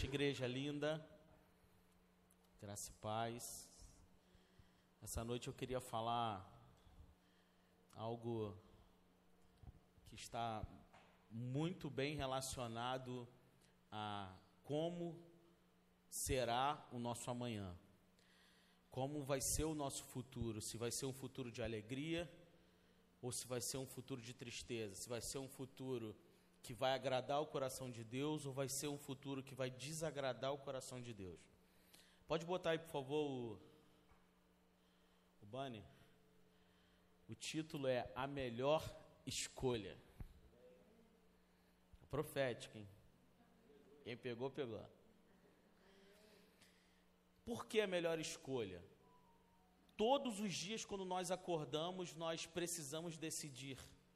noite, igreja linda, graça e paz. Essa noite eu queria falar algo que está muito bem relacionado a como será o nosso amanhã, como vai ser o nosso futuro, se vai ser um futuro de alegria ou se vai ser um futuro de tristeza, se vai ser um futuro que vai agradar o coração de Deus ou vai ser um futuro que vai desagradar o coração de Deus. Pode botar aí, por favor, o banner. O título é A Melhor Escolha. Profética, hein? Quem pegou, pegou. Por que a melhor escolha? Todos os dias, quando nós acordamos, nós precisamos decidir.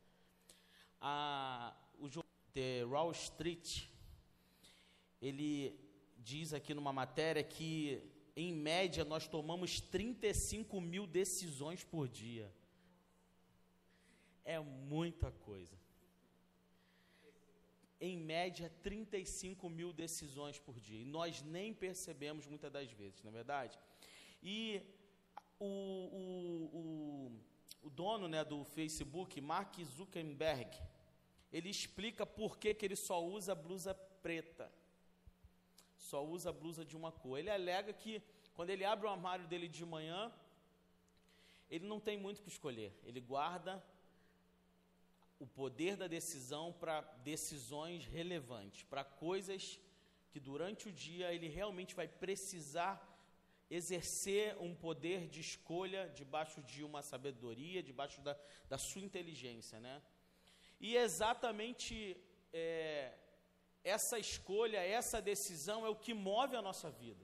O The Wall Street, ele diz aqui numa matéria que, em média, nós tomamos 35 mil decisões por dia. É muita coisa. Em média, 35 mil decisões por dia. E nós nem percebemos muitas das vezes, não é verdade? E o dono, né, do Facebook, Mark Zuckerberg, ele explica por que ele só usa blusa preta. Só usa blusa de uma cor. Ele alega que, quando ele abre o armário dele de manhã, ele não tem muito o que escolher. Ele guarda o poder da decisão para decisões relevantes, para coisas que durante o dia ele realmente vai precisar exercer um poder de escolha debaixo de uma sabedoria, debaixo da sua inteligência, né? E exatamente essa escolha, essa decisão é o que move a nossa vida.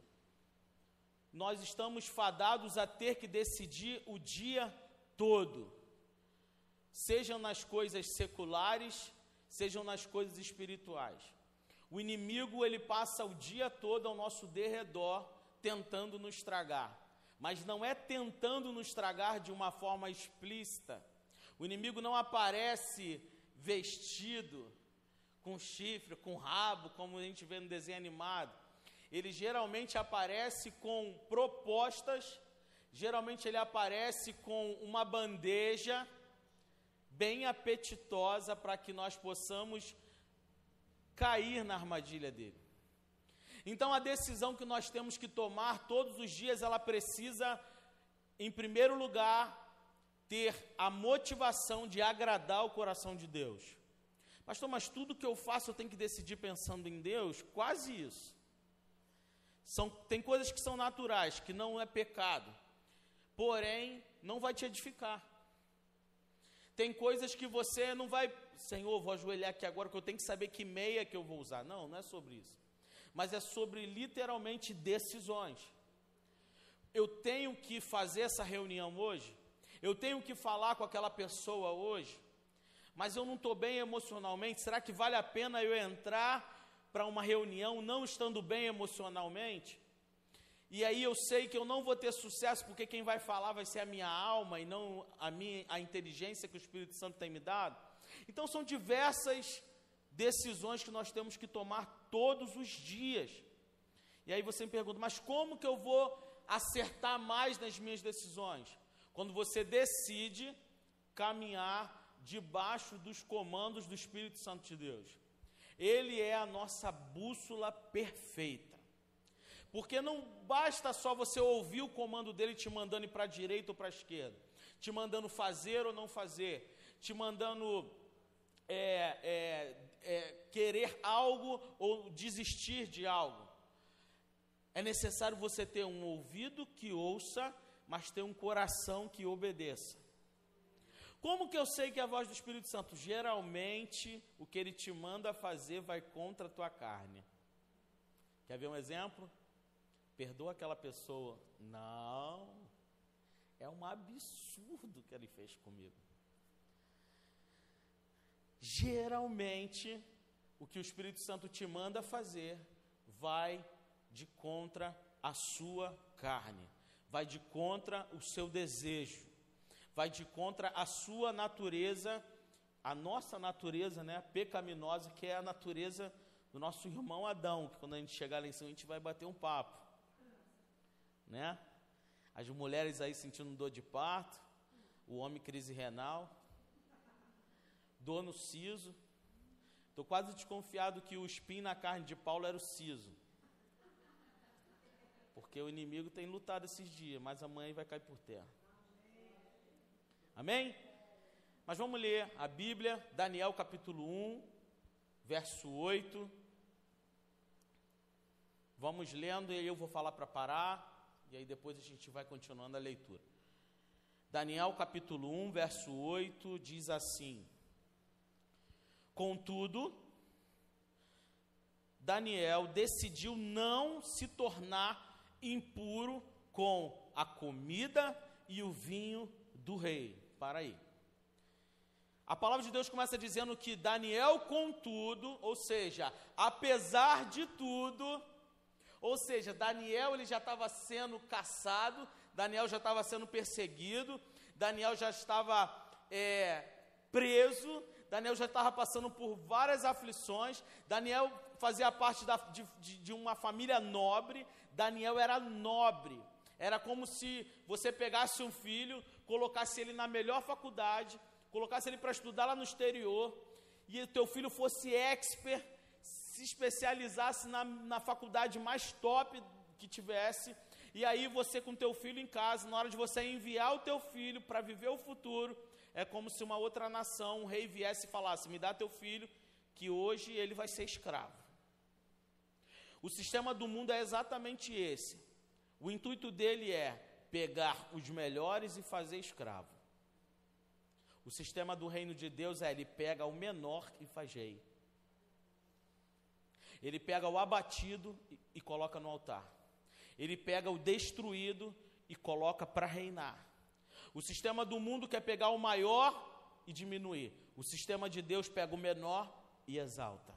Nós estamos fadados a ter que decidir o dia todo, sejam nas coisas seculares, sejam nas coisas espirituais. O inimigo, ele passa o dia todo ao nosso derredor, tentando nos tragar. Mas não é tentando nos tragar de uma forma explícita. O inimigo não aparece vestido, com chifre, com rabo, como a gente vê no desenho animado. Ele geralmente aparece com propostas, geralmente ele aparece com uma bandeja bem apetitosa para que nós possamos cair na armadilha dele. Então a decisão que nós temos que tomar todos os dias, ela precisa, em primeiro lugar, ter a motivação de agradar o coração de Deus. Pastor, mas tudo que eu faço eu tenho que decidir pensando em Deus? Quase isso. Tem coisas que são naturais, que não é pecado, porém não vai te edificar. Tem coisas que você não vai, Senhor, vou ajoelhar aqui agora que eu tenho que saber que meia que eu vou usar. Não, não é sobre isso. Mas é sobre literalmente decisões. Eu tenho que fazer essa reunião hoje, eu tenho que falar com aquela pessoa hoje, mas eu não estou bem emocionalmente. Será que vale a pena eu entrar para uma reunião não estando bem emocionalmente? E aí eu sei que eu não vou ter sucesso, porque quem vai falar vai ser a minha alma e não a inteligência que o Espírito Santo tem me dado. Então são diversas decisões que nós temos que tomar todos os dias. E aí você me pergunta, mas como que eu vou acertar mais nas minhas decisões? Quando você decide caminhar debaixo dos comandos do Espírito Santo de Deus. Ele é a nossa bússola perfeita. Porque não basta só você ouvir o comando dele te mandando ir para a direita ou para a esquerda, te mandando fazer ou não fazer, te mandando querer algo ou desistir de algo. É necessário você ter um ouvido que ouça, mas ter um coração que obedeça. Como que eu sei que é a voz do Espírito Santo? Geralmente, o que ele te manda fazer vai contra a tua carne. Quer ver um exemplo? Perdoa aquela pessoa. Não, é um absurdo que ele fez comigo. Geralmente, o que o Espírito Santo te manda fazer vai de contra a sua carne, vai de contra o seu desejo, vai de contra a sua natureza, a nossa natureza, né, pecaminosa, que é a natureza do nosso irmão Adão, que quando a gente chegar lá em cima, a gente vai bater um papo, né? As mulheres aí sentindo dor de parto, o homem crise renal, dor no siso. Estou quase desconfiado que o espinho na carne de Paulo era o siso, porque o inimigo tem lutado esses dias, mas amanhã vai cair por terra. Amém? Mas vamos ler a Bíblia, Daniel capítulo 1, verso 8. Vamos lendo e eu vou falar para parar, e aí depois a gente vai continuando a leitura. Daniel capítulo 1, verso 8, diz assim: Contudo, Daniel decidiu não se tornar impuro com a comida e o vinho do rei. Para aí. A palavra de Deus começa dizendo que Daniel, contudo, ou seja, apesar de tudo, ou seja, Daniel ele já estava sendo caçado, Daniel já estava sendo perseguido, Daniel já estava preso, Daniel já estava passando por várias aflições, Daniel fazia parte de uma família nobre, Daniel era nobre, era como se você pegasse um filho, colocasse ele na melhor faculdade, colocasse ele para estudar lá no exterior, e o teu filho fosse expert, se especializasse na faculdade mais top que tivesse, e aí você com teu filho em casa, na hora de você enviar o teu filho para viver o futuro, é como se uma outra nação, um rei viesse e falasse, me dá teu filho, que hoje ele vai ser escravo. O sistema do mundo é exatamente esse. O intuito dele é pegar os melhores e fazer escravo. O sistema do reino de Deus ele pega o menor e faz rei. Ele pega o abatido e coloca no altar. Ele pega o destruído e coloca para reinar. O sistema do mundo quer pegar o maior e diminuir. O sistema de Deus pega o menor e exalta.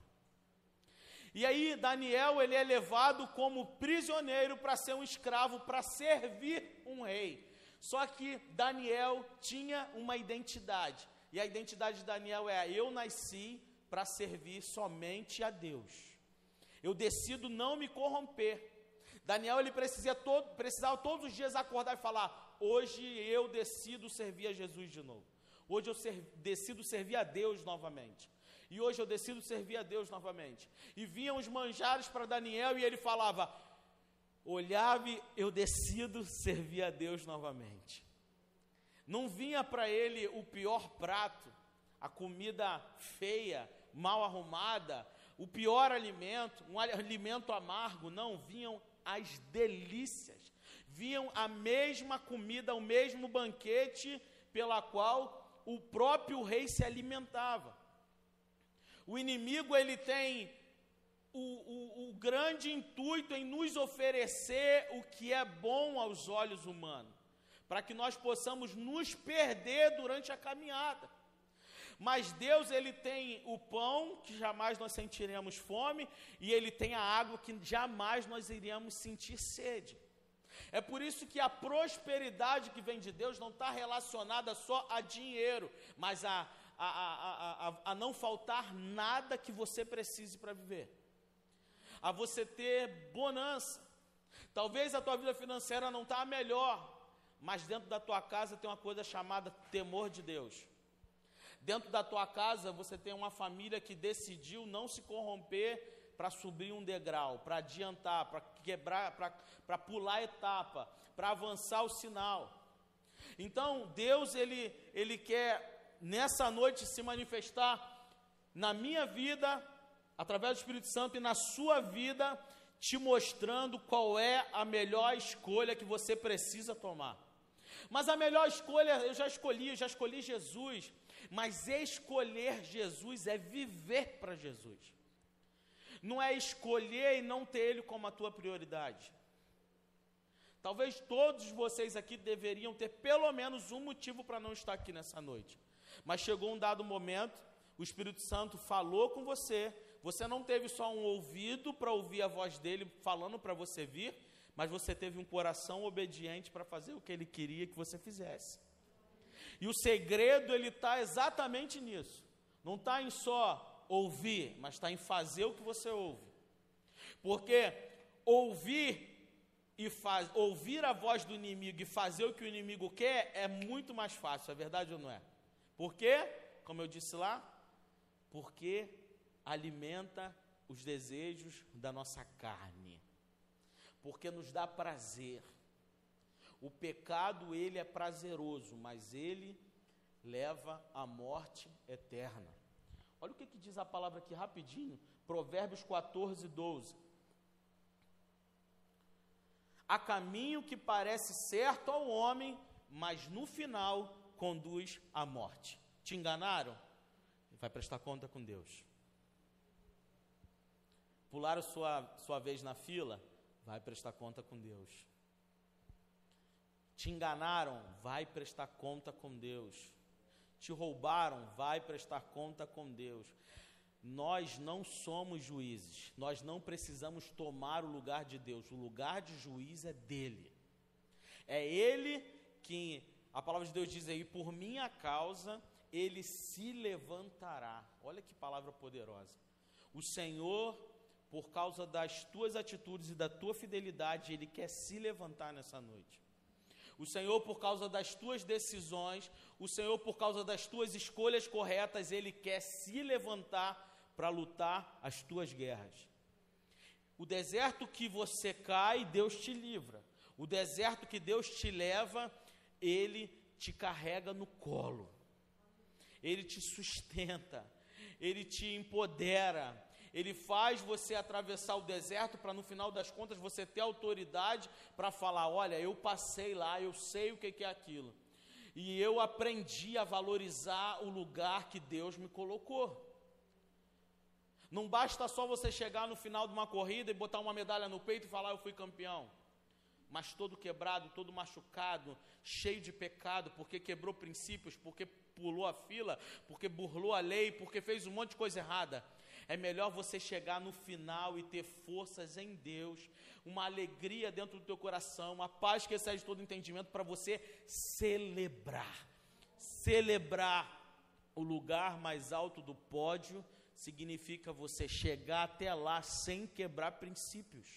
E aí Daniel ele é levado como prisioneiro para ser um escravo, para servir um rei. Só que Daniel tinha uma identidade. E a identidade de Daniel é: eu nasci para servir somente a Deus. Eu decido não me corromper. Daniel ele precisava todos os dias acordar e falar: hoje eu decido servir a Jesus de novo. Hoje eu decido servir a Deus novamente. E hoje eu decido servir a Deus novamente. E vinham os manjares para Daniel e ele falava: olhava e eu decido servir a Deus novamente. Não vinha para ele o pior prato, a comida feia, mal arrumada, o pior alimento, um alimento amargo. Não, vinham as delícias. Vinham a mesma comida, o mesmo banquete pela qual o próprio rei se alimentava. O inimigo ele tem o grande intuito em nos oferecer o que é bom aos olhos humanos, para que nós possamos nos perder durante a caminhada. Mas Deus ele tem o pão, que jamais nós sentiremos fome, e ele tem a água, que jamais nós iríamos sentir sede. É por isso que a prosperidade que vem de Deus não está relacionada só a dinheiro, mas a não faltar nada que você precise para viver. A você ter bonança. Talvez a tua vida financeira não está a melhor, mas dentro da tua casa tem uma coisa chamada temor de Deus. Dentro da tua casa você tem uma família que decidiu não se corromper para subir um degrau, para adiantar, para quebrar, para pular a etapa, para avançar o sinal. Então Deus ele quer nessa noite se manifestar na minha vida, através do Espírito Santo, e na sua vida, te mostrando qual é a melhor escolha que você precisa tomar. Mas a melhor escolha, eu já escolhi Jesus, mas escolher Jesus é viver para Jesus. Não é escolher e não ter Ele como a tua prioridade. Talvez todos vocês aqui deveriam ter pelo menos um motivo para não estar aqui nessa noite. Mas chegou um dado momento, o Espírito Santo falou com você, você não teve só um ouvido para ouvir a voz dele falando para você vir, mas você teve um coração obediente para fazer o que ele queria que você fizesse. E o segredo ele está exatamente nisso. Não está em só ouvir, mas está em fazer o que você ouve. Porque ouvir a voz do inimigo e fazer o que o inimigo quer é muito mais fácil, é verdade ou não é? Por quê? Como eu disse lá, porque alimenta os desejos da nossa carne, porque nos dá prazer. O pecado, ele é prazeroso, mas ele leva à morte eterna. Olha o que diz a palavra aqui rapidinho, Provérbios 14, 12. Há caminho que parece certo ao homem, mas no final conduz à morte. Te enganaram? Vai prestar conta com Deus. Pularam sua vez na fila? Vai prestar conta com Deus. Te enganaram? Vai prestar conta com Deus. Te roubaram? Vai prestar conta com Deus. Nós não somos juízes, nós não precisamos tomar o lugar de Deus, o lugar de juiz é dele. É ele que, a palavra de Deus diz aí, por minha causa, ele se levantará. Olha que palavra poderosa. O Senhor, por causa das tuas atitudes e da tua fidelidade, ele quer se levantar nessa noite. O Senhor, por causa das tuas decisões, o Senhor, por causa das tuas escolhas corretas, ele quer se levantar para lutar as tuas guerras. O deserto que você cai, Deus te livra. O deserto que Deus te leva, ele te carrega no colo. Ele te sustenta, ele te empodera, ele faz você atravessar o deserto para no final das contas você ter autoridade para falar, olha, eu passei lá, eu sei o que é aquilo. E eu aprendi a valorizar o lugar que Deus me colocou. Não basta só você chegar no final de uma corrida e botar uma medalha no peito e falar, eu fui campeão. Mas todo quebrado, todo machucado, cheio de pecado, porque quebrou princípios, porque pulou a fila, porque burlou a lei, porque fez um monte de coisa errada. É melhor você chegar no final e ter forças em Deus, uma alegria dentro do teu coração, uma paz que excede todo entendimento para você celebrar. Celebrar o lugar mais alto do pódio significa você chegar até lá sem quebrar princípios.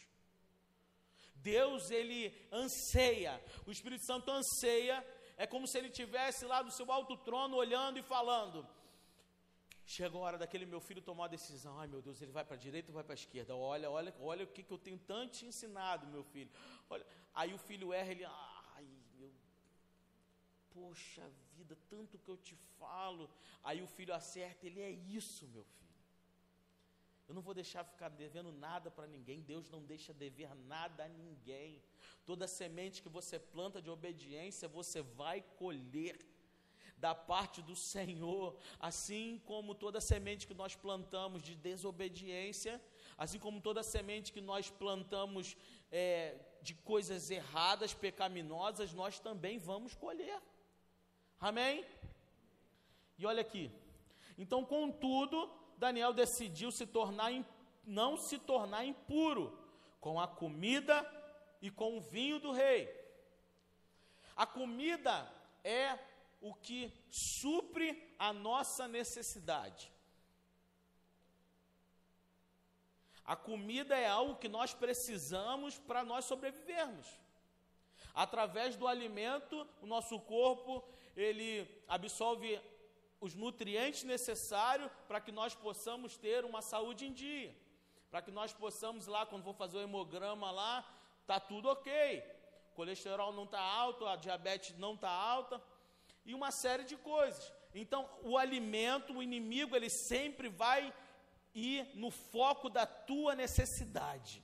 Deus, ele anseia, o Espírito Santo anseia, é como se ele estivesse lá do seu alto trono olhando e falando, chegou a hora daquele meu filho tomar a decisão, ai meu Deus, ele vai para a direita ou vai para a esquerda, olha o que eu tenho tanto te ensinado, meu filho, olha. Aí o filho erra, ele, poxa vida, tanto que eu te falo, aí o filho acerta, ele é isso, meu filho. Eu não vou deixar ficar devendo nada para ninguém. Deus não deixa dever nada a ninguém. Toda semente que você planta de obediência, você vai colher da parte do Senhor. Assim como toda semente que nós plantamos de desobediência, assim como toda semente que nós plantamos de coisas erradas, pecaminosas, nós também vamos colher. Amém? E olha aqui. Então, contudo, Daniel decidiu não se tornar impuro com a comida e com o vinho do rei. A comida é o que supre a nossa necessidade. A comida é algo que nós precisamos para nós sobrevivermos. Através do alimento, o nosso corpo, ele absorve os nutrientes necessários para que nós possamos ter uma saúde em dia, para que nós possamos lá, quando for fazer o hemograma lá, está tudo ok, o colesterol não está alto, a diabetes não está alta, e uma série de coisas. Então, o alimento, o inimigo, ele sempre vai ir no foco da tua necessidade.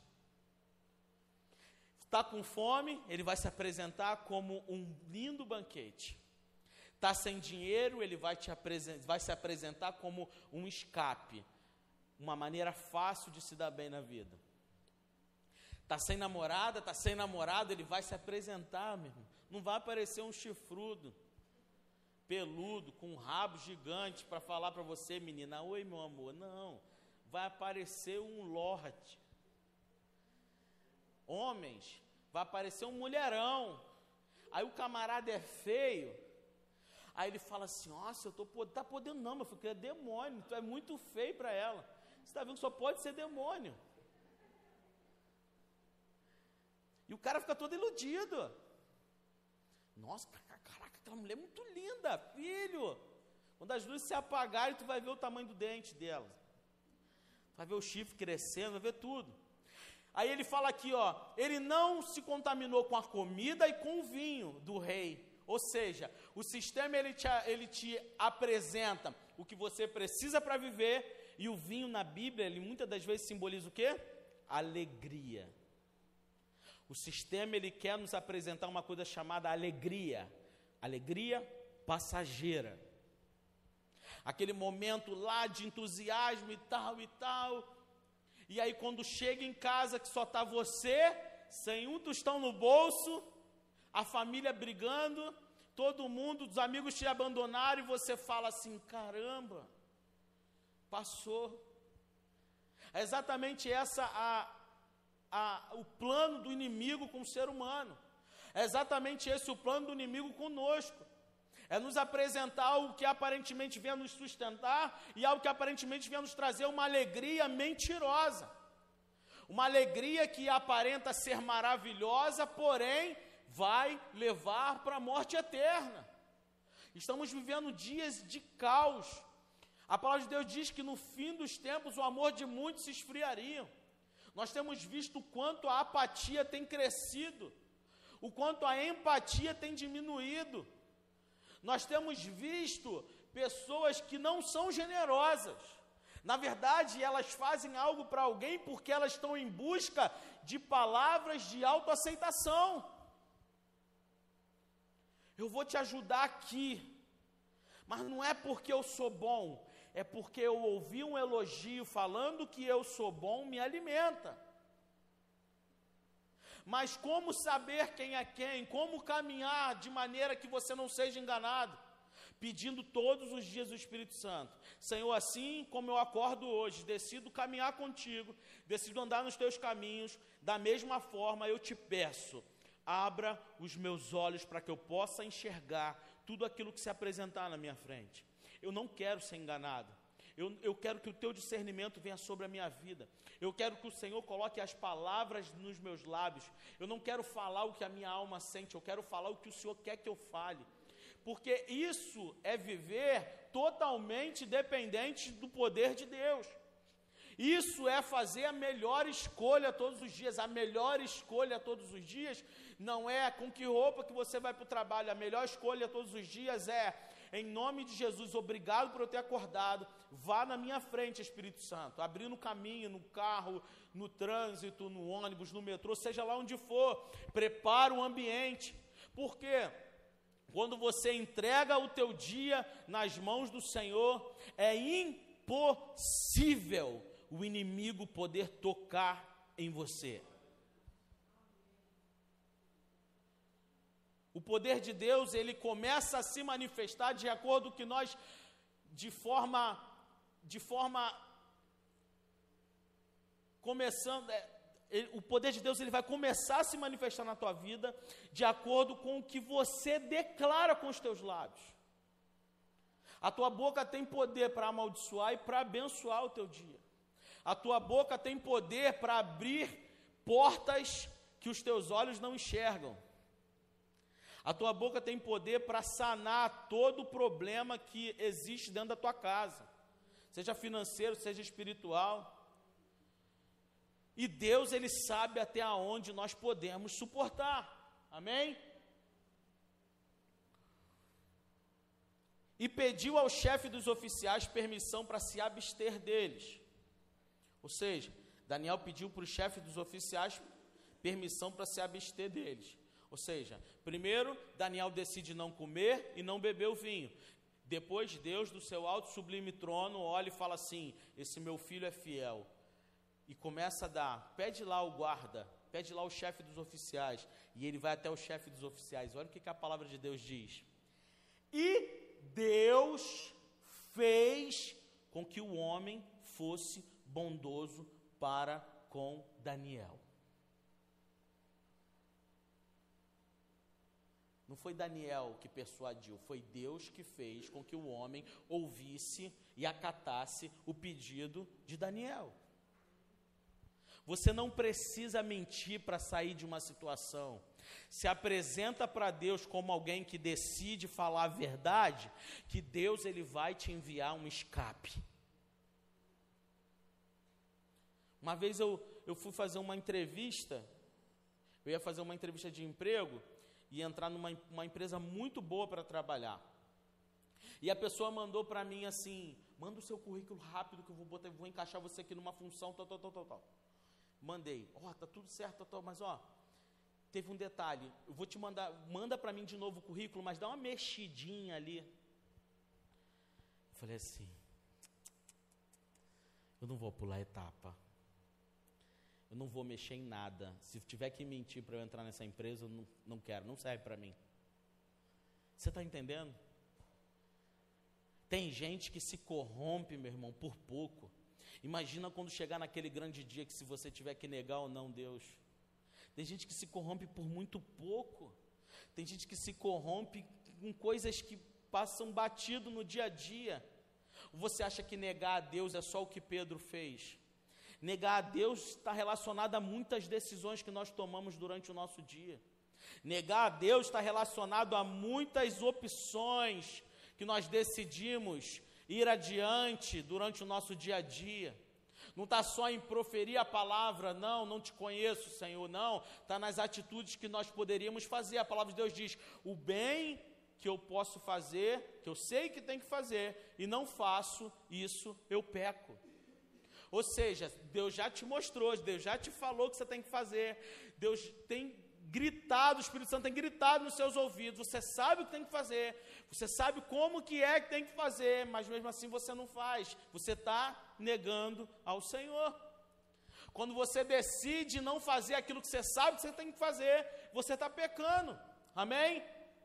Está com fome, ele vai se apresentar como um lindo banquete. Está sem dinheiro, ele vai se apresentar como um escape, uma maneira fácil de se dar bem na vida. Está sem namorada, está sem namorado, ele vai se apresentar, meu irmão. Não vai aparecer um chifrudo, peludo, com um rabo gigante para falar para você, menina, oi meu amor. Não, vai aparecer um lorde. Homens, vai aparecer um mulherão. Aí o camarada é feio. Aí ele fala assim, nossa, tá podendo não, meu filho, que é demônio, tu é muito feio para ela. Você está vendo que só pode ser demônio. E o cara fica todo iludido. Nossa, caraca, aquela mulher é muito linda, filho. Quando as luzes se apagarem, tu vai ver o tamanho do dente dela. Vai ver o chifre crescendo, vai ver tudo. Aí ele fala aqui, ó, ele não se contaminou com a comida e com o vinho do rei. Ou seja, o sistema ele te apresenta o que você precisa para viver, e o vinho na Bíblia, ele muitas das vezes simboliza o quê? Alegria. O sistema ele quer nos apresentar uma coisa chamada alegria. Alegria passageira. Aquele momento lá de entusiasmo e tal e tal. E aí quando chega em casa que só está você, sem um tostão no bolso, a família brigando, todo mundo, os amigos te abandonaram e você fala assim, caramba, passou. É exatamente essa o plano do inimigo com o ser humano. É exatamente esse o plano do inimigo conosco. É nos apresentar algo que aparentemente venha nos sustentar e algo que aparentemente venha nos trazer uma alegria mentirosa. Uma alegria que aparenta ser maravilhosa, porém vai levar para a morte eterna. Estamos vivendo dias de caos. A palavra de Deus diz que no fim dos tempos o amor de muitos se esfriaria. Nós temos visto o quanto a apatia tem crescido, o quanto a empatia tem diminuído. Nós temos visto pessoas que não são generosas. Na verdade, elas fazem algo para alguém porque elas estão em busca de palavras de autoaceitação. Eu vou te ajudar aqui, mas não é porque eu sou bom, é porque eu ouvi um elogio falando que eu sou bom, me alimenta. Mas como saber quem é quem? Como caminhar de maneira que você não seja enganado? Pedindo todos os dias o Espírito Santo. Senhor, assim como eu acordo hoje, decido caminhar contigo, decido andar nos teus caminhos, da mesma forma eu te peço, abra os meus olhos para que eu possa enxergar tudo aquilo que se apresentar na minha frente. Eu não quero ser enganado. Eu quero que o teu discernimento venha sobre a minha vida. Eu quero que o Senhor coloque as palavras nos meus lábios. Eu não quero falar o que a minha alma sente, eu quero falar o que o Senhor quer que eu fale. Porque isso é viver totalmente dependente do poder de Deus. Isso é fazer a melhor escolha todos os dias. A melhor escolha todos os dias não é com que roupa que você vai para o trabalho. A melhor escolha todos os dias é, em nome de Jesus, obrigado por eu ter acordado, vá na minha frente, Espírito Santo, abrindo o caminho, no carro, no trânsito, no ônibus, no metrô, seja lá onde for, prepara o ambiente, porque quando você entrega o teu dia nas mãos do Senhor, é impossível o inimigo poder tocar em você. O poder de Deus, ele começa a se manifestar de acordo com que nós, o poder de Deus, ele vai começar a se manifestar na tua vida de acordo com o que você declara com os teus lábios. A tua boca tem poder para amaldiçoar e para abençoar o teu dia. A tua boca tem poder para abrir portas que os teus olhos não enxergam. A tua boca tem poder para sanar todo o problema que existe dentro da tua casa, seja financeiro, seja espiritual. E Deus, ele sabe até onde nós podemos suportar. Amém? E pediu ao chefe dos oficiais permissão para se abster deles. Ou seja, Daniel pediu para o chefe dos oficiais permissão para se abster deles. Ou seja, primeiro, Daniel decide não comer e não beber o vinho. Depois, Deus, do seu alto sublime trono, olha e fala assim, esse meu filho é fiel. E começa a dar, pede lá o guarda, pede lá o chefe dos oficiais. E ele vai até o chefe dos oficiais. Olha o que a palavra de Deus diz. E Deus fez com que o homem fosse bondoso para com Daniel. Não foi Daniel que persuadiu, foi Deus que fez com que o homem ouvisse e acatasse o pedido de Daniel. Você não precisa mentir para sair de uma situação. Se apresenta para Deus como alguém que decide falar a verdade, que Deus ele vai te enviar um escape. Uma vez eu fui fazer uma entrevista, eu ia fazer uma entrevista de emprego e entrar numa empresa muito boa para trabalhar. E a pessoa mandou para mim assim, manda o seu currículo rápido que eu vou encaixar você aqui numa função, tal. Mandei, tá tudo certo, mas teve um detalhe, eu vou te mandar, manda para mim de novo o currículo, mas dá uma mexidinha ali. Eu falei assim, eu não vou pular etapa, eu não vou mexer em nada, se tiver que mentir para eu entrar nessa empresa, eu não quero, não serve para mim. Você está entendendo? Tem gente que se corrompe, meu irmão, por pouco. Imagina quando chegar naquele grande dia que se você tiver que negar ou não Deus. Tem gente que se corrompe por muito pouco. Tem gente que se corrompe com coisas que passam batido no dia a dia. Você acha que negar a Deus é só o que Pedro fez? Negar a Deus está relacionado a muitas decisões que nós tomamos durante o nosso dia. Negar a Deus está relacionado a muitas opções que nós decidimos ir adiante durante o nosso dia a dia. Não está só em proferir a palavra, não te conheço, Senhor, não. Está nas atitudes que nós poderíamos fazer. A palavra de Deus diz, o bem que eu posso fazer, que eu sei que tem que fazer, e não faço, isso eu peco. Ou seja, Deus já te mostrou, Deus já te falou o que você tem que fazer, Deus tem gritado, o Espírito Santo tem gritado nos seus ouvidos, você sabe o que tem que fazer, você sabe como que tem que fazer, mas mesmo assim você não faz, você está negando ao Senhor. Quando você decide não fazer aquilo que você sabe que você tem que fazer, você está pecando, amém?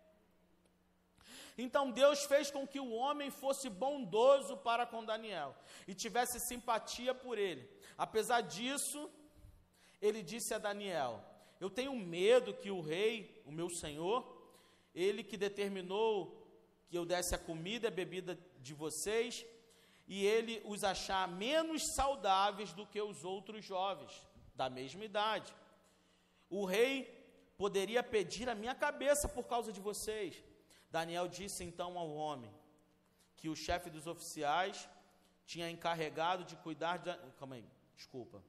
Então Deus fez com que o homem fosse bondoso para com Daniel, e tivesse simpatia por ele. Apesar disso, ele disse a Daniel, eu tenho medo que o rei, o meu senhor, ele que determinou que eu desse a comida e a bebida de vocês, e ele os achar menos saudáveis do que os outros jovens, da mesma idade. O rei poderia pedir a minha cabeça por causa de vocês. Daniel disse então ao homem, que o chefe dos oficiais tinha encarregado de cuidar de... Calma aí, desculpa.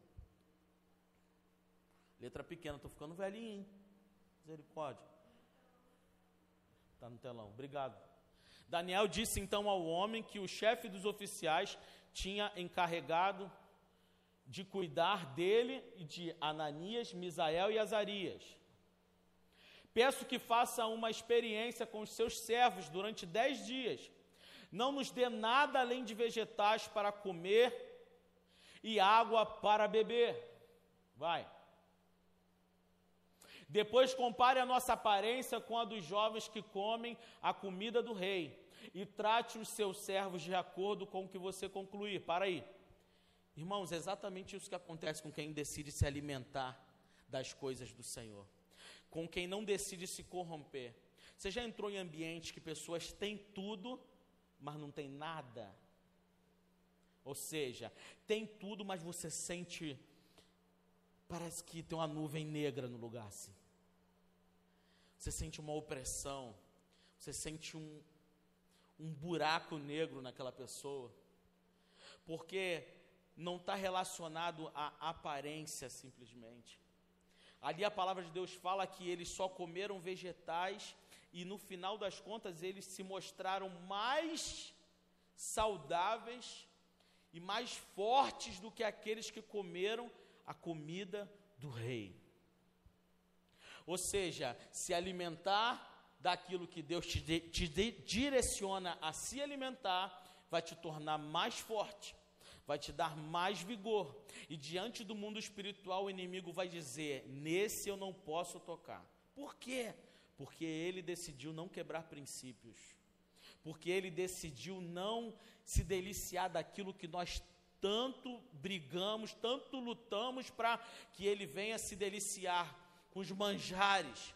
Letra pequena, estou ficando velhinho, hein? Misericórdia. Está no telão, obrigado. Daniel disse então ao homem que o chefe dos oficiais tinha encarregado de cuidar dele e de Ananias, Misael e Azarias. Peço que faça uma experiência com os seus servos durante 10 dias. Não nos dê nada além de vegetais para comer e água para beber. Vai. Depois compare a nossa aparência com a dos jovens que comem a comida do rei e trate os seus servos de acordo com o que você concluir. Para aí. Irmãos, é exatamente isso que acontece com quem decide se alimentar das coisas do Senhor. Com quem não decide se corromper. Você já entrou em ambientes que pessoas têm tudo, mas não tem nada? Ou seja, tem tudo, mas você sente, parece que tem uma nuvem negra no lugar assim. Você sente uma opressão, você sente um buraco negro naquela pessoa, porque não está relacionado à aparência simplesmente. Ali a palavra de Deus fala que eles só comeram vegetais e no final das contas eles se mostraram mais saudáveis e mais fortes do que aqueles que comeram a comida do rei. Ou seja, se alimentar daquilo que Deus te direciona a se alimentar, vai te tornar mais forte, vai te dar mais vigor. E diante do mundo espiritual, o inimigo vai dizer, nesse eu não posso tocar. Por quê? Porque ele decidiu não quebrar princípios. Porque ele decidiu não se deliciar daquilo que nós tanto brigamos, tanto lutamos para que ele venha se deliciar com os manjares,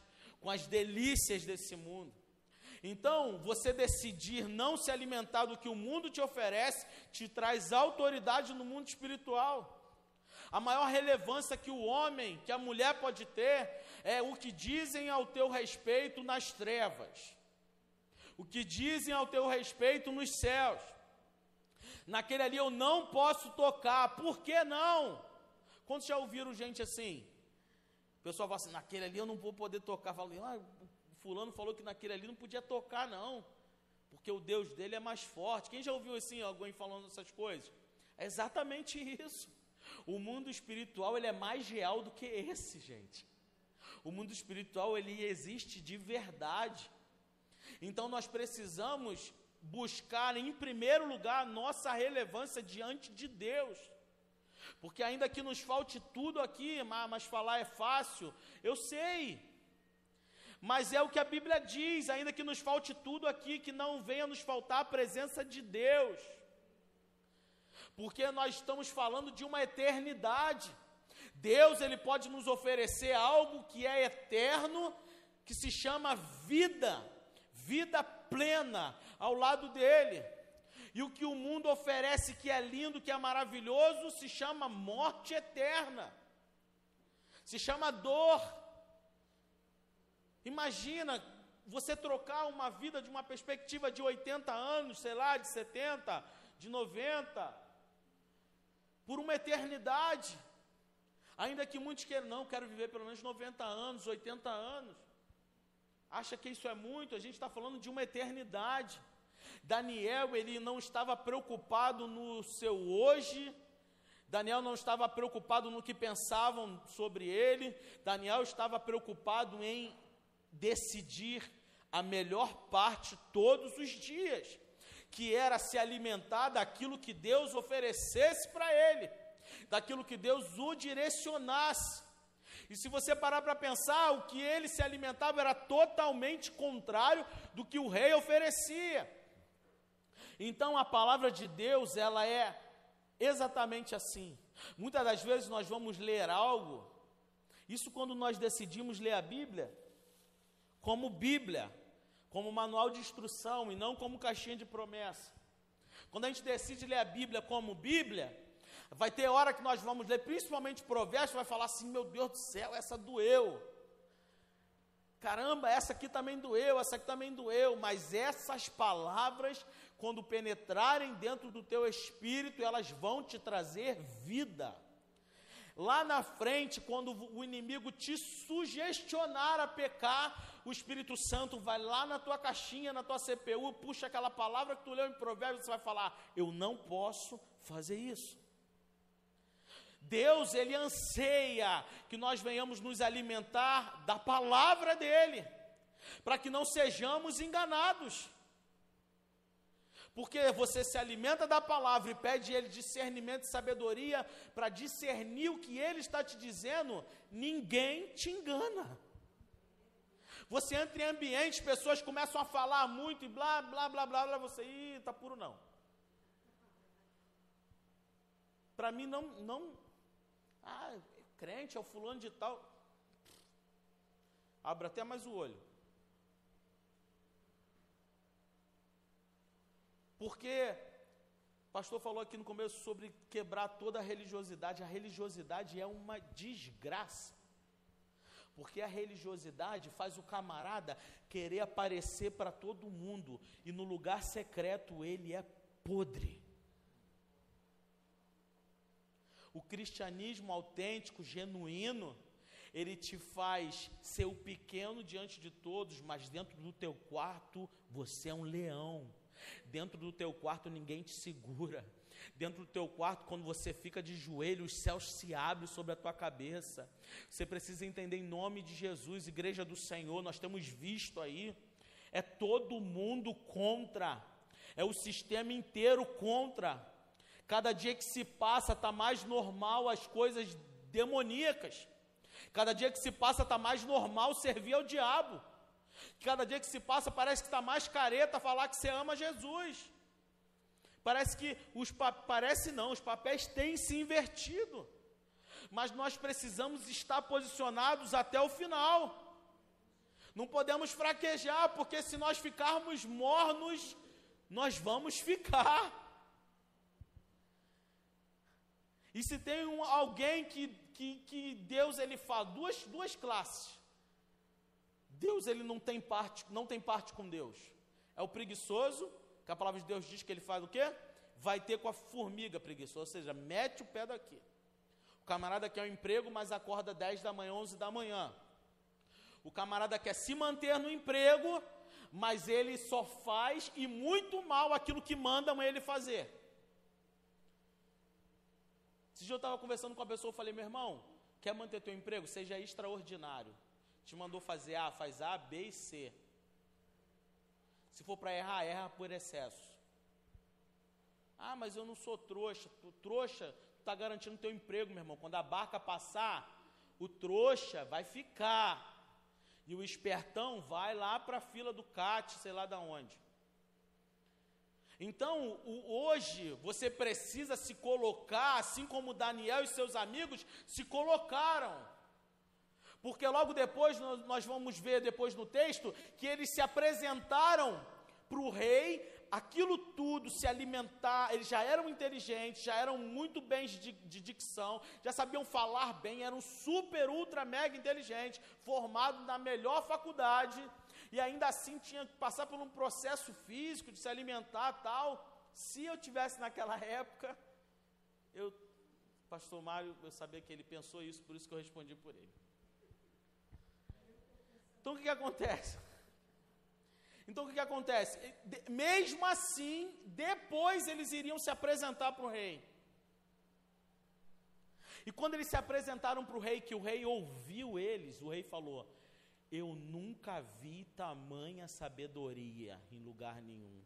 com as delícias desse mundo. Então, você decidir não se alimentar do que o mundo te oferece, te traz autoridade no mundo espiritual. A maior relevância que o homem, que a mulher pode ter, é o que dizem ao teu respeito nas trevas. O que dizem ao teu respeito nos céus. Naquele ali eu não posso tocar. Por que não? Quantos já ouviram gente assim? O pessoal fala assim, naquele ali eu não vou poder tocar. Fala, fulano falou que naquele ali não podia tocar não, porque o Deus dele é mais forte. Quem já ouviu assim, alguém falando essas coisas? É exatamente isso. O mundo espiritual, ele é mais real do que esse, gente. O mundo espiritual, ele existe de verdade. Então nós precisamos buscar em primeiro lugar a nossa relevância diante de Deus. Porque ainda que nos falte tudo aqui, mas falar é fácil, eu sei. Mas é o que a Bíblia diz, ainda que nos falte tudo aqui, que não venha nos faltar a presença de Deus. Porque nós estamos falando de uma eternidade. Deus, ele pode nos oferecer algo que é eterno, que se chama vida plena ao lado dele. E o que o mundo oferece, que é lindo, que é maravilhoso, se chama morte eterna, se chama dor. Imagina você trocar uma vida de uma perspectiva de 80 anos, sei lá, de 70, de 90, por uma eternidade. Ainda que muitos queiram, não, quero viver pelo menos 90 anos, 80 anos. Acha que isso é muito? A gente está falando de uma eternidade. Daniel, ele não estava preocupado no seu hoje. Daniel não estava preocupado no que pensavam sobre ele. Daniel estava preocupado em decidir a melhor parte todos os dias, que era se alimentar daquilo que Deus oferecesse para ele, daquilo que Deus o direcionasse. E se você parar para pensar, o que ele se alimentava era totalmente contrário do que o rei oferecia. Então a palavra de Deus, ela é exatamente assim. Muitas das vezes nós vamos ler algo, isso quando nós decidimos ler a Bíblia, como manual de instrução e não como caixinha de promessa. Quando a gente decide ler a Bíblia como Bíblia, vai ter hora que nós vamos ler, principalmente Provérbios, vai falar assim, meu Deus do céu, essa doeu. Caramba, essa aqui também doeu, essa aqui também doeu. Mas essas palavras, quando penetrarem dentro do teu espírito, elas vão te trazer vida. Lá na frente, quando o inimigo te sugestionar a pecar, o Espírito Santo vai lá na tua caixinha, na tua CPU, puxa aquela palavra que tu leu em Provérbios, você vai falar, eu não posso fazer isso. Deus, ele anseia que nós venhamos nos alimentar da palavra dele, para que não sejamos enganados. Porque você se alimenta da palavra e pede ele discernimento e sabedoria para discernir o que ele está te dizendo, ninguém te engana. Você entra em ambientes, pessoas começam a falar muito e blá, blá, blá, blá, blá, você, está puro não. Para mim não, crente, é o fulano de tal. Abra até mais o olho. Porque o pastor falou aqui no começo sobre quebrar toda a religiosidade. A religiosidade é uma desgraça. Porque a religiosidade faz o camarada querer aparecer para todo mundo. E no lugar secreto ele é podre. O cristianismo autêntico, genuíno, ele te faz ser o pequeno diante de todos, mas dentro do teu quarto você é um leão. Dentro do teu quarto ninguém te segura. Dentro do teu quarto, quando você fica de joelho, os céus se abrem sobre a tua cabeça. Você precisa entender em nome de Jesus, igreja do Senhor, nós temos visto aí, é todo mundo contra, é o sistema inteiro contra. Cada dia que se passa está mais normal as coisas demoníacas. Cada dia que se passa está mais normal servir ao diabo. Cada dia que se passa parece que está mais careta falar que você ama Jesus. Parece que os papéis têm se invertido. Mas nós precisamos estar posicionados até o final. Não podemos fraquejar, porque se nós ficarmos mornos, nós vamos ficar. E se tem alguém que Deus, ele fala, duas classes. Deus, ele não tem parte com Deus. É o preguiçoso, que a palavra de Deus diz que ele faz o quê? Vai ter com a formiga preguiçosa, ou seja, mete o pé daqui. O camarada quer um emprego, mas acorda 10 da manhã, 11 da manhã. O camarada quer se manter no emprego, mas ele só faz e muito mal aquilo que mandam ele fazer. Esse dia eu estava conversando com a pessoa, eu falei, meu irmão, quer manter teu emprego? Seja extraordinário. Te mandou fazer A, faz A, B e C. Se for para errar, erra por excesso. Ah, mas eu não sou trouxa. Trouxa, tu está garantindo teu emprego, meu irmão. Quando a barca passar, o trouxa vai ficar. E o espertão vai lá para a fila do CAT, sei lá de onde. Então, hoje, você precisa se colocar, assim como Daniel e seus amigos se colocaram. Porque logo depois, nós vamos ver depois no texto, que eles se apresentaram para o rei, aquilo tudo, se alimentar, eles já eram inteligentes, já eram muito bem de dicção, já sabiam falar bem, eram super, ultra, mega inteligentes, formados na melhor faculdade, e ainda assim tinha que passar por um processo físico de se alimentar tal. Se eu tivesse naquela época, pastor Mário, eu sabia que ele pensou isso, por isso que eu respondi por ele. Então o que acontece? Mesmo assim, depois eles iriam se apresentar para o rei. E quando eles se apresentaram para o rei, que o rei ouviu eles, o rei falou, eu nunca vi tamanha sabedoria em lugar nenhum.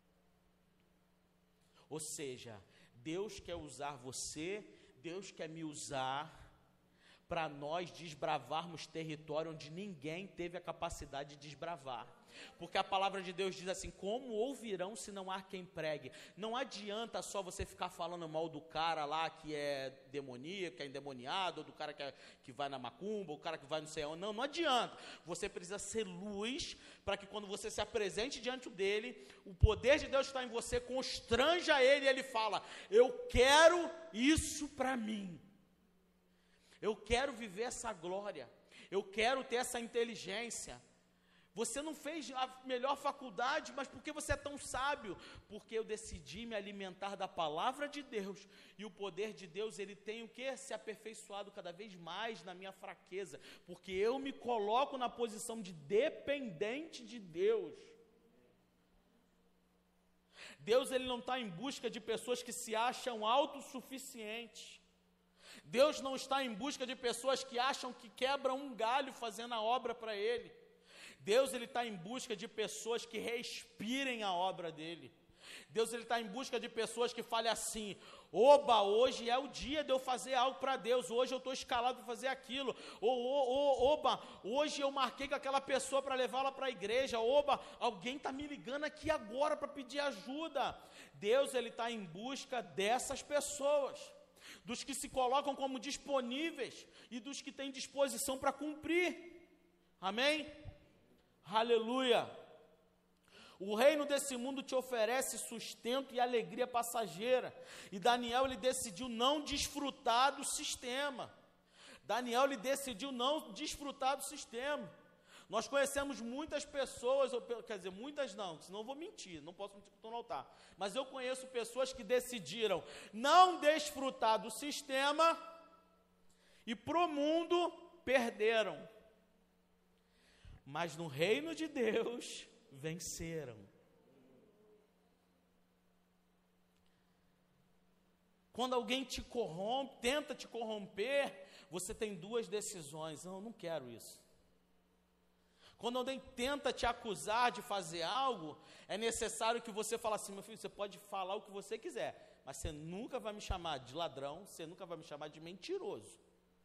Ou seja, Deus quer usar você, Deus quer me usar, para nós desbravarmos território onde ninguém teve a capacidade de desbravar. Porque a palavra de Deus diz assim, como ouvirão se não há quem pregue? Não adianta só você ficar falando mal do cara lá que é demoníaco, que é endemoniado, ou do cara que vai na macumba, ou o cara que vai no céu. Não adianta. Você precisa ser luz, para que quando você se apresente diante dele, o poder de Deus está em você, constranja ele, e ele fala, eu quero isso para mim. Eu quero viver essa glória, eu quero ter essa inteligência. Você não fez a melhor faculdade, mas por que você é tão sábio? Porque eu decidi me alimentar da palavra de Deus, e o poder de Deus, ele tem o quê? Se aperfeiçoado cada vez mais na minha fraqueza, porque eu me coloco na posição de dependente de Deus. Deus, ele não está em busca de pessoas que se acham autossuficientes. Deus não está em busca de pessoas que acham que quebram um galho fazendo a obra para Ele. Deus, ele está em busca de pessoas que respirem a obra dEle. Deus, ele está em busca de pessoas que falem assim, oba, hoje é o dia de eu fazer algo para Deus, hoje eu estou escalado para fazer aquilo, oba, hoje eu marquei com aquela pessoa para levá-la para a igreja, oba, alguém está me ligando aqui agora para pedir ajuda. Deus, ele está em busca dessas pessoas, dos que se colocam como disponíveis e dos que têm disposição para cumprir. Amém? Aleluia. O reino desse mundo te oferece sustento e alegria passageira. E Daniel, ele decidiu não desfrutar do sistema. Daniel, ele decidiu não desfrutar do sistema. Nós conhecemos muitas pessoas, quer dizer, muitas não, senão eu vou mentir, não posso mentir que estou no altar. Mas eu conheço pessoas que decidiram não desfrutar do sistema e para o mundo perderam. Mas no reino de Deus venceram. Quando alguém te corrompe, tenta te corromper, você tem duas decisões. Não, eu não quero isso. Quando alguém tenta te acusar de fazer algo, é necessário que você fale assim, meu filho, você pode falar o que você quiser, mas você nunca vai me chamar de ladrão, você nunca vai me chamar de mentiroso.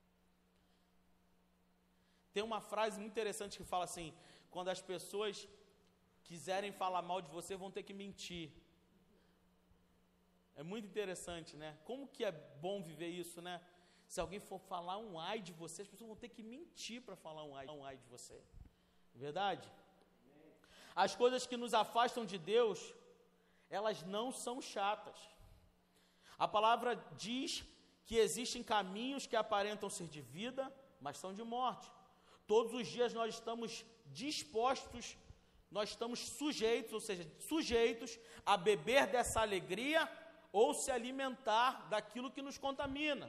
Tem uma frase muito interessante que fala assim, quando as pessoas quiserem falar mal de você, vão ter que mentir. É muito interessante, né? Como que é bom viver isso, né? Se alguém for falar um ai de você, as pessoas vão ter que mentir para falar um ai de você. Verdade? As coisas que nos afastam de Deus, elas não são chatas. A palavra diz que existem caminhos que aparentam ser de vida, mas são de morte. Todos os dias nós estamos dispostos, nós estamos sujeitos, ou seja, sujeitos a beber dessa alegria ou se alimentar daquilo que nos contamina.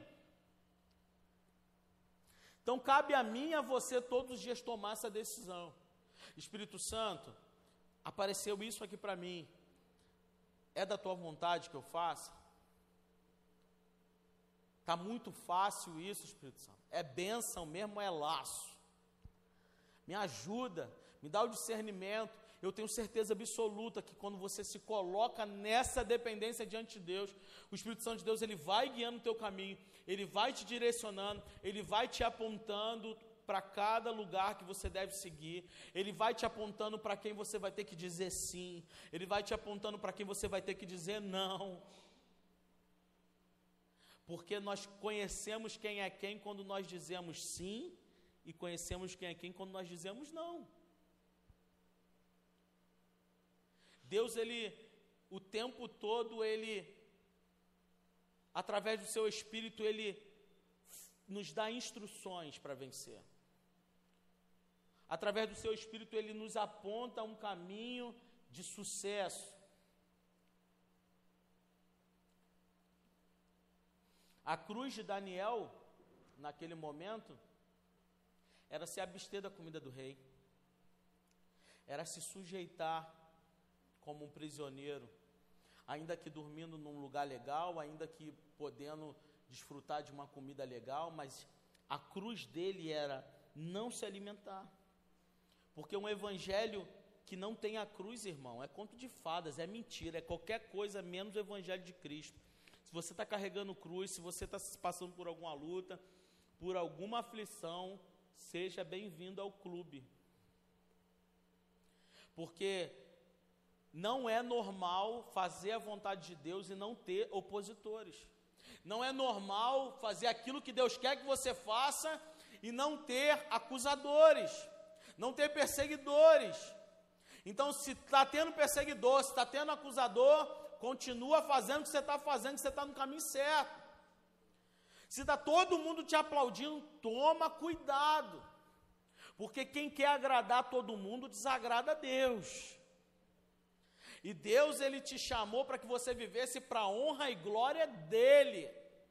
Então cabe a mim e a você todos os dias tomar essa decisão. Espírito Santo, apareceu isso aqui para mim, é da tua vontade que eu faça? Está muito fácil isso, Espírito Santo, é bênção mesmo, é laço, me ajuda, me dá o discernimento. Eu tenho certeza absoluta que quando você se coloca nessa dependência diante de Deus, o Espírito Santo de Deus, ele vai guiando o teu caminho, ele vai te direcionando, ele vai te apontando para cada lugar que você deve seguir, ele vai te apontando para quem você vai ter que dizer sim, ele vai te apontando para quem você vai ter que dizer não, porque nós conhecemos quem é quem quando nós dizemos sim, e conhecemos quem é quem quando nós dizemos não. Deus, ele, o tempo todo, ele, através do seu Espírito, ele nos dá instruções para vencer. Através do seu Espírito, ele nos aponta um caminho de sucesso. A cruz de Daniel, naquele momento, era se abster da comida do rei, era se sujeitar como um prisioneiro, ainda que dormindo num lugar legal, ainda que podendo desfrutar de uma comida legal, mas a cruz dele era não se alimentar, porque um evangelho que não tem a cruz, irmão, é conto de fadas, é mentira, é qualquer coisa menos o evangelho de Cristo. Se você está carregando cruz, se você está passando por alguma luta, por alguma aflição, seja bem-vindo ao clube, porque não é normal fazer a vontade de Deus e não ter opositores. Não é normal fazer aquilo que Deus quer que você faça e não ter acusadores, não ter perseguidores. Então, se está tendo perseguidor, se está tendo acusador, continua fazendo o que você está fazendo, que você está no caminho certo. Se está todo mundo te aplaudindo, toma cuidado, porque quem quer agradar todo mundo desagrada a Deus. E Deus, ele te chamou para que você vivesse para a honra e glória dele.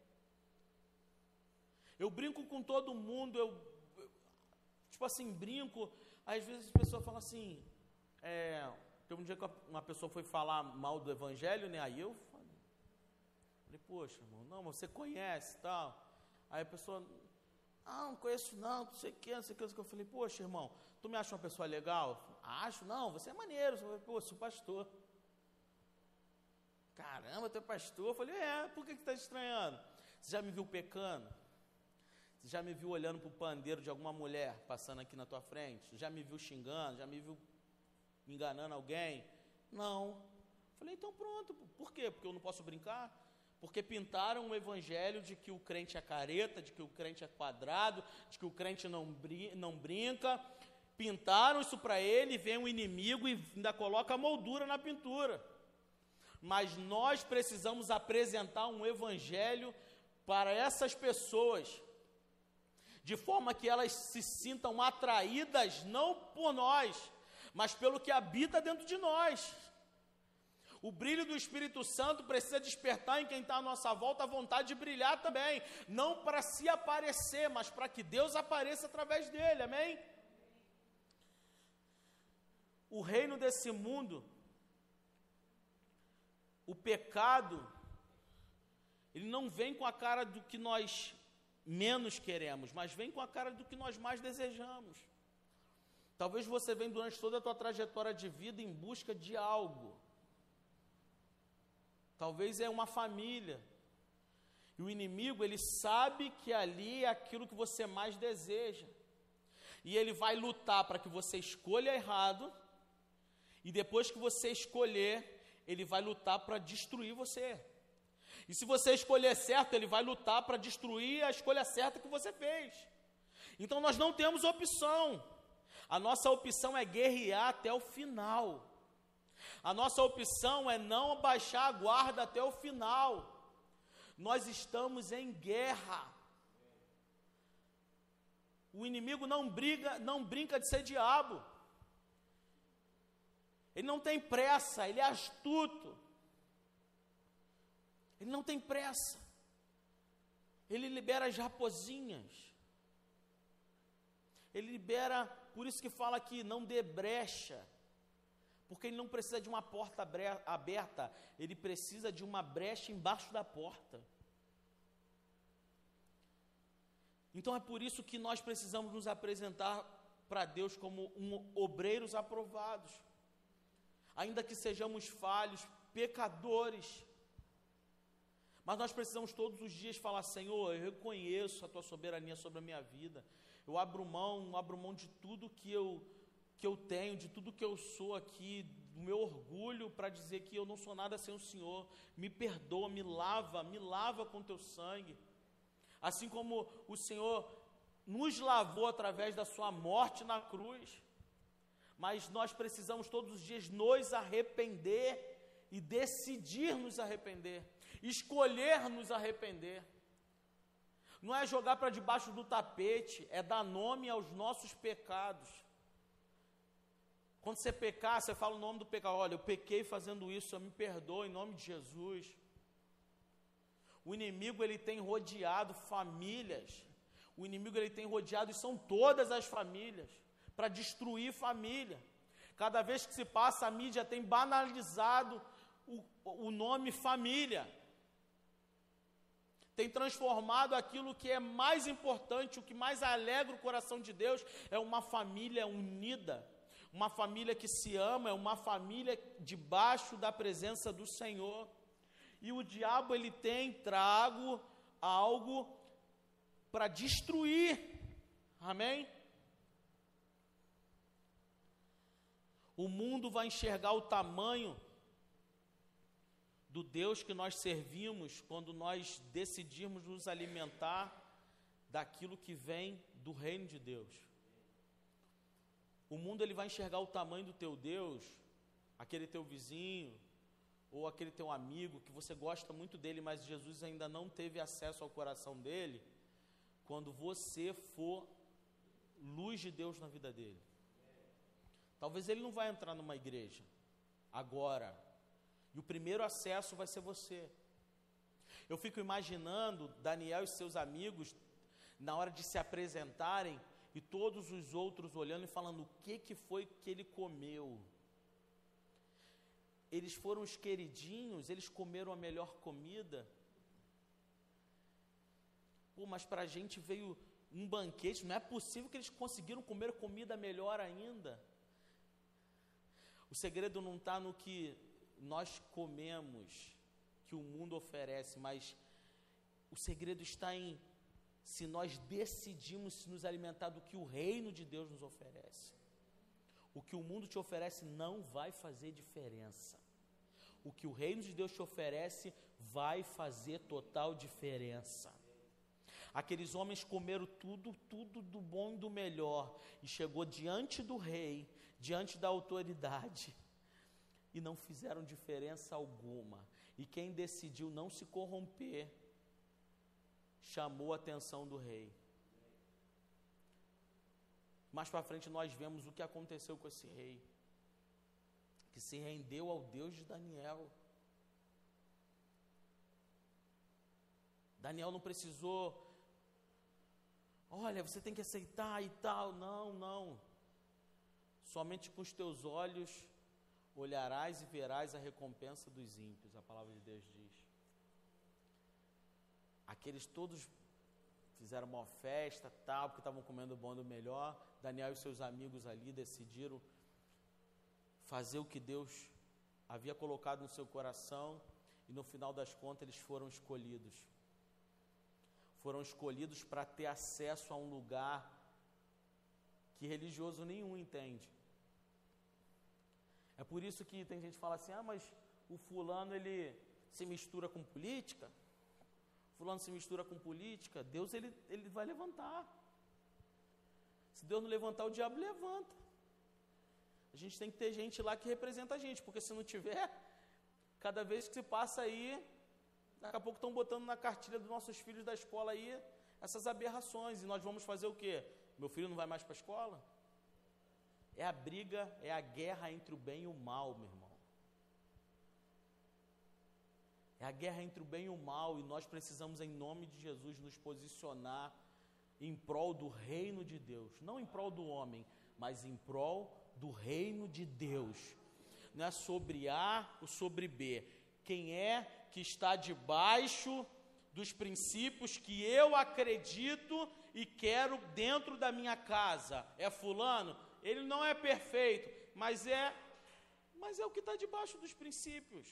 Eu brinco com todo mundo, tipo assim, brinco, às vezes a pessoa fala assim, teve um dia que uma pessoa foi falar mal do evangelho, né, aí eu falei, poxa, irmão, não, você conhece e tal, aí a pessoa, não conheço não sei o que, não sei o que, eu falei, poxa, irmão, tu me acha uma pessoa legal? Acho, não, você é maneiro, pô, sou pastor. Caramba, tu é pastor? Eu falei, por que está estranhando? Você já me viu pecando? Você já me viu olhando para o pandeiro de alguma mulher passando aqui na tua frente? Já me viu xingando? Já me viu enganando alguém? Não. Eu falei, então pronto, por quê? Porque eu não posso brincar? Porque pintaram um evangelho de que o crente é careta, de que o crente é quadrado, de que o crente não brinca. Pintaram isso para ele, vem um inimigo e ainda coloca a moldura na pintura. Mas nós precisamos apresentar um evangelho para essas pessoas, de forma que elas se sintam atraídas não por nós, mas pelo que habita dentro de nós. O brilho do Espírito Santo precisa despertar em quem está à nossa volta a vontade de brilhar também, não para se aparecer, mas para que Deus apareça através dele, amém? O reino desse mundo, o pecado, ele não vem com a cara do que nós menos queremos, mas vem com a cara do que nós mais desejamos. Talvez você venha durante toda a tua trajetória de vida em busca de algo. Talvez é uma família. E o inimigo, ele sabe que ali é aquilo que você mais deseja. E ele vai lutar para que você escolha errado, e depois que você escolher, ele vai lutar para destruir você. E se você escolher certo, ele vai lutar para destruir a escolha certa que você fez. Então nós não temos opção. A nossa opção é guerrear até o final. A nossa opção é não baixar a guarda até o final. Nós estamos em guerra. O inimigo não brinca de ser diabo. Ele não tem pressa, ele é astuto. Ele não tem pressa. Ele libera as raposinhas. Ele libera, por isso que fala aqui, não dê brecha. Porque ele não precisa de uma porta aberta, ele precisa de uma brecha embaixo da porta. Então é por isso que nós precisamos nos apresentar para Deus como obreiros aprovados. Ainda que sejamos falhos, pecadores. Mas nós precisamos todos os dias falar: Senhor, eu reconheço a Tua soberania sobre a minha vida. Eu abro mão de tudo que eu tenho, de tudo que eu sou aqui, do meu orgulho, para dizer que eu não sou nada sem o Senhor. Me perdoa, me lava com Teu sangue. Assim como o Senhor nos lavou através da sua morte na cruz. Mas nós precisamos todos os dias nos arrepender e decidir nos arrepender. Escolher nos arrepender. Não é jogar para debaixo do tapete, é dar nome aos nossos pecados. Quando você pecar, você fala o nome do pecado. Olha, eu pequei fazendo isso, eu me perdoo em nome de Jesus. O inimigo, ele tem rodeado famílias. O inimigo, ele tem rodeado, e são todas as famílias, para destruir família. Cada vez que se passa, a mídia tem banalizado o nome família. Tem transformado aquilo que é mais importante, o que mais alegra o coração de Deus, é uma família unida, uma família que se ama, é uma família debaixo da presença do Senhor. E o diabo, ele tem trago algo para destruir, amém? O mundo vai enxergar o tamanho do Deus que nós servimos quando nós decidirmos nos alimentar daquilo que vem do reino de Deus. O mundo, ele vai enxergar o tamanho do teu Deus, aquele teu vizinho, ou aquele teu amigo que você gosta muito dele, mas Jesus ainda não teve acesso ao coração dele, quando você for luz de Deus na vida dele. Talvez ele não vai entrar numa igreja agora, e o primeiro acesso vai ser você. Eu fico imaginando Daniel e seus amigos, na hora de se apresentarem, e todos os outros olhando e falando: o que foi que ele comeu? Eles foram os queridinhos, eles comeram a melhor comida. Pô, mas para a gente veio um banquete, não é possível que eles conseguiram comer comida melhor ainda. O segredo não está no que nós comemos, que o mundo oferece, mas o segredo está em se nós decidimos nos alimentar do que o reino de Deus nos oferece. O que o mundo te oferece não vai fazer diferença. O que o reino de Deus te oferece vai fazer total diferença. Aqueles homens comeram tudo do bom e do melhor, e chegou diante do rei, diante da autoridade, e não fizeram diferença alguma. E quem decidiu não se corromper, chamou a atenção do rei. Mais para frente nós vemos o que aconteceu com esse rei, que se rendeu ao Deus de Daniel. Daniel não precisou, olha, você tem que aceitar e tal, não. Somente com os teus olhos olharás e verás a recompensa dos ímpios, a palavra de Deus diz. Aqueles todos fizeram uma festa, tal, porque estavam comendo o bom do melhor. Daniel e seus amigos ali decidiram fazer o que Deus havia colocado no seu coração, e no final das contas eles foram escolhidos. Foram escolhidos para ter acesso a um lugar que religioso nenhum entende. É por isso que tem gente que fala assim: mas o fulano, ele se mistura com política. Fulano se mistura com política. Deus, ele vai levantar. Se Deus não levantar, o diabo levanta. A gente tem que ter gente lá que representa a gente, porque se não tiver, cada vez que se passa aí, daqui a pouco estão botando na cartilha dos nossos filhos da escola aí, essas aberrações, e nós vamos fazer o quê? Meu filho não vai mais para a escola? É a briga, é a guerra entre o bem e o mal, meu irmão. É a guerra entre o bem e o mal, e nós precisamos, em nome de Jesus, nos posicionar em prol do reino de Deus, não em prol do homem, mas em prol do reino de Deus. Não é sobre A ou sobre B. Quem é que está debaixo dos princípios que eu acredito e quero dentro da minha casa? É fulano? Ele não é perfeito, mas é o que está debaixo dos princípios.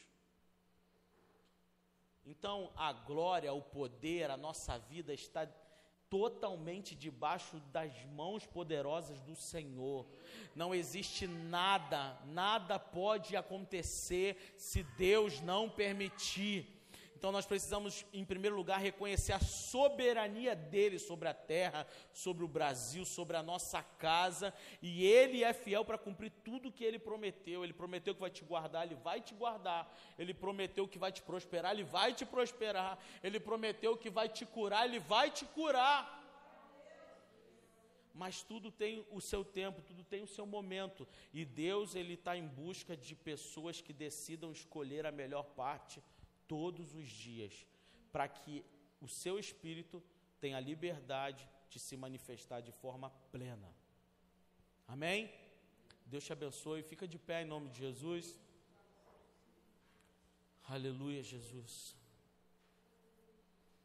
Então, a glória, o poder, a nossa vida está totalmente debaixo das mãos poderosas do Senhor. Não existe nada pode acontecer se Deus não permitir. Então nós precisamos, em primeiro lugar, reconhecer a soberania dele sobre a terra, sobre o Brasil, sobre a nossa casa, e ele é fiel para cumprir tudo que ele prometeu. Ele prometeu que vai te guardar, ele vai te guardar. Ele prometeu que vai te prosperar, ele vai te prosperar. Ele prometeu que vai te curar, ele vai te curar. Mas tudo tem o seu tempo, tudo tem o seu momento, e Deus, ele está em busca de pessoas que decidam escolher a melhor parte todos os dias, para que o seu espírito tenha a liberdade de se manifestar de forma plena. Amém? Deus te abençoe, fica de pé em nome de Jesus. Aleluia, Jesus.